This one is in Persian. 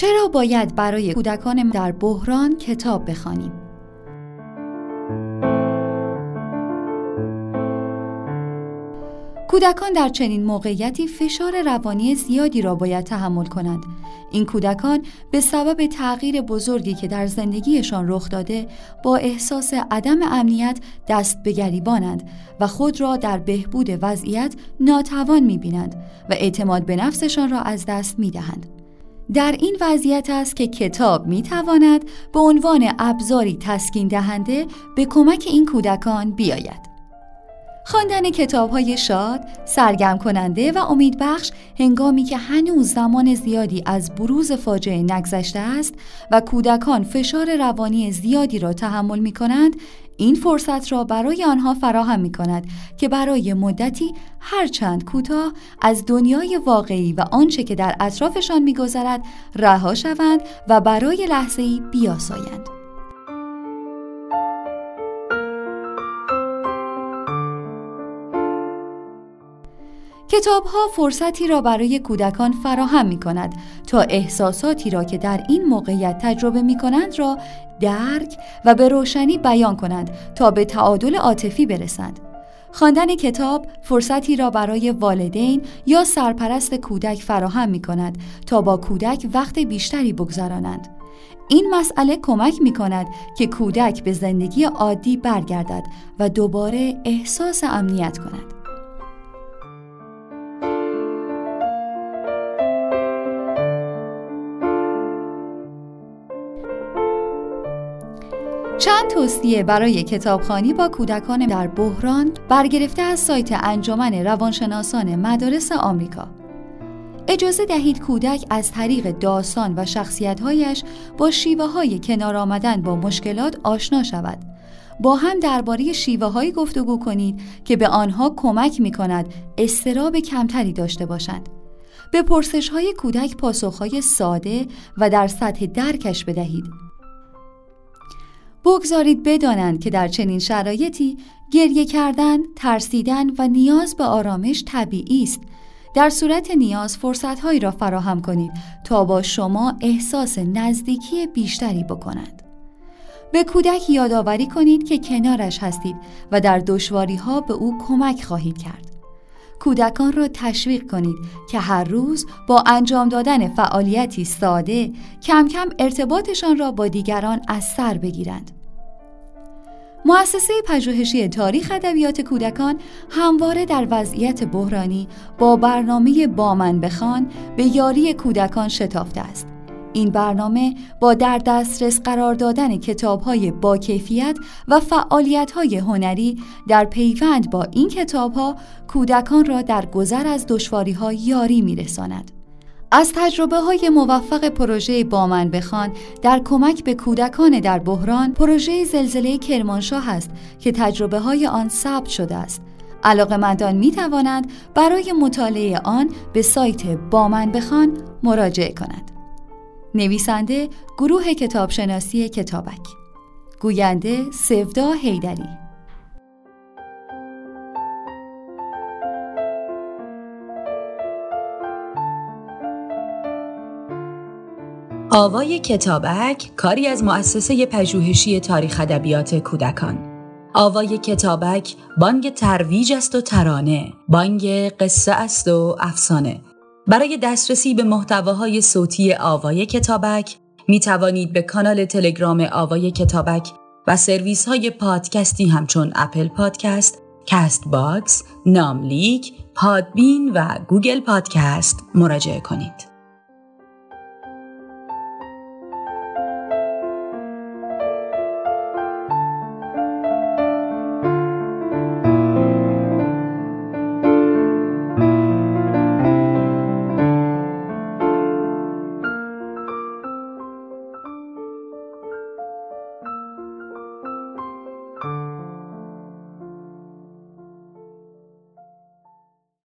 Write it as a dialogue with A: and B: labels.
A: چرا باید برای کودکان در بحران کتاب بخوانیم؟ کودکان در چنین موقعیتی فشار روانی زیادی را باید تحمل کنند. این کودکان به سبب تغییر بزرگی که در زندگیشان رخ داده با احساس عدم امنیت دست به گریبانند و خود را در بهبود وضعیت ناتوان می‌بینند و اعتماد به نفسشان را از دست می‌دهند. در این وضعیت است که کتاب می‌تواند به عنوان ابزاری تسکین دهنده به کمک این کودکان بیاید. خواندن کتاب‌های شاد، سرگرم کننده و امیدبخش هنگامی که هنوز زمان زیادی از بروز فاجعه نگذشته است و کودکان فشار روانی زیادی را تحمل می‌کنند، این فرصت را برای آنها فراهم می‌کند که برای مدتی هرچند کوتاه از دنیای واقعی و آنچه که در اطرافشان می‌گذرد رها شوند و برای لحظه‌ای بیاسایند. کتاب‌ها فرصتی را برای کودکان فراهم می‌کند تا احساساتی را که در این موقعیت تجربه می‌کنند را درک و به روشنی بیان کنند تا به تعادل عاطفی برسند. خواندن کتاب فرصتی را برای والدین یا سرپرست کودک فراهم می‌کند تا با کودک وقت بیشتری بگذرانند. این مسئله کمک می‌کند که کودک به زندگی عادی برگردد و دوباره احساس امنیت کند. چند توصیه برای کتابخوانی با کودکان در بحران برگرفته از سایت انجمن روانشناسان مدارس آمریکا. اجازه دهید کودک از طریق داستان و شخصیت‌هایش با شیوه‌های کنار آمدن با مشکلات آشنا شود. با هم درباره شیوه‌هایی گفتگو کنید که به آنها کمک می‌کند اضطراب کمتری داشته باشند. به پرسش‌های کودک پاسخ‌های ساده و در سطح درکش بدهید. بگذارید بدانند که در چنین شرایطی گریه کردن، ترسیدن و نیاز به آرامش طبیعی است. در صورت نیاز فرصت‌هایی را فراهم کنید تا با شما احساس نزدیکی بیشتری بکنند. به کودک یادآوری کنید که کنارش هستید و در دشواری‌ها به او کمک خواهید کرد. کودکان را تشویق کنید که هر روز با انجام دادن فعالیتی ساده کم کم ارتباطشان را با دیگران از سر بگیرند. مؤسسه پژوهشی تاریخ ادبیات کودکان همواره در وضعیت بحرانی با برنامه با من بخوان به یاری کودکان شتافته است. این برنامه با در دسترس قرار دادن کتاب‌های با کیفیت و فعالیت‌های هنری در پیوند با این کتاب‌ها کودکان را در گذر از دشواری‌ها یاری می‌رساند. از تجربه‌های موفق پروژه با من بخوان در کمک به کودکان در بحران، پروژه زلزله کرمانشاه است که تجربه‌های آن ثبت شده است. علاقه‌مندان می‌توانند برای مطالعه آن به سایت با من بخوان مراجعه کنند. نویسنده گروه کتابشناسی کتابک، گوینده سودا حیدری.
B: آوای کتابک کاری از مؤسسه پژوهشی تاریخ ادبیات کودکان. آوای کتابک بانگ ترویج است و ترانه، بانگ قصه است و افسانه. برای دسترسی به محتواهای صوتی آوای کتابک می توانید به کانال تلگرام آوای کتابک و سرویس های پادکستی همچون اپل پادکست، کست باکس، ناملیک، پادبین و گوگل پادکست مراجعه کنید.